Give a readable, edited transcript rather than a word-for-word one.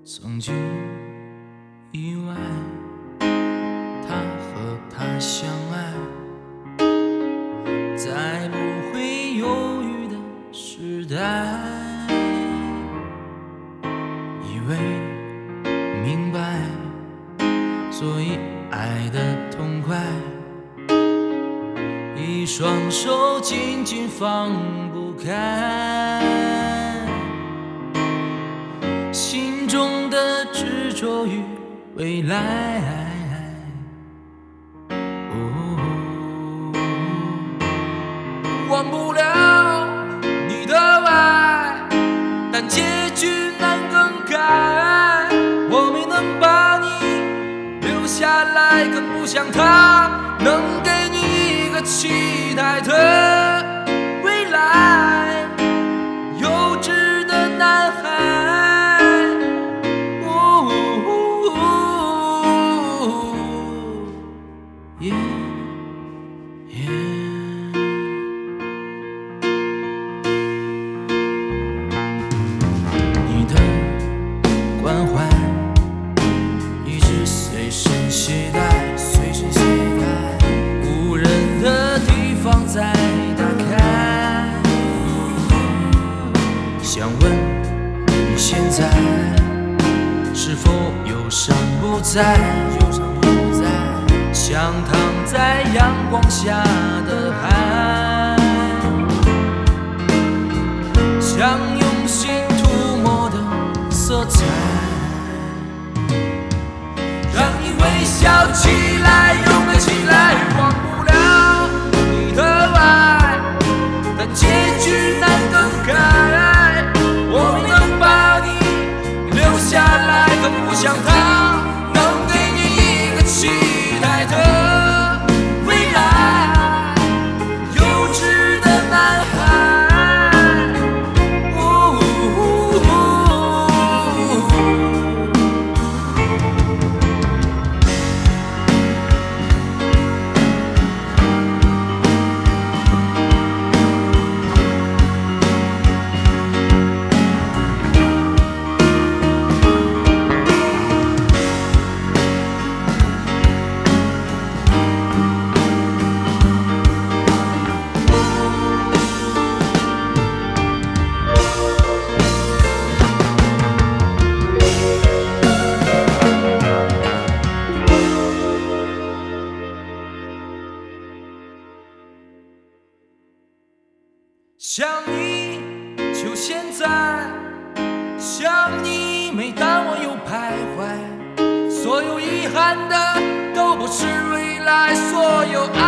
曾经以为他和她相爱，在不会犹豫的时代，以为明白，所以爱得痛快，一双手紧紧放不开，心中的执着与未来，忘不了你的爱，但结局难更改，我没能把你留下来，更不像他能给你一个期待的未来，幼稚的男孩，你的关怀一直随身携带，无人的地方再打开，想问你现在是否忧伤不再，像躺在阳光下的海，像用心涂抹的色彩，让你微笑起来，勇敢起来，忘不了你的爱，但结局难更改，我没能把你留下来，更不像他能给你一个期待的未来，幼稚的男孩，想你就现在，想你每当我又徘徊，所有遗憾的都不是未来，所有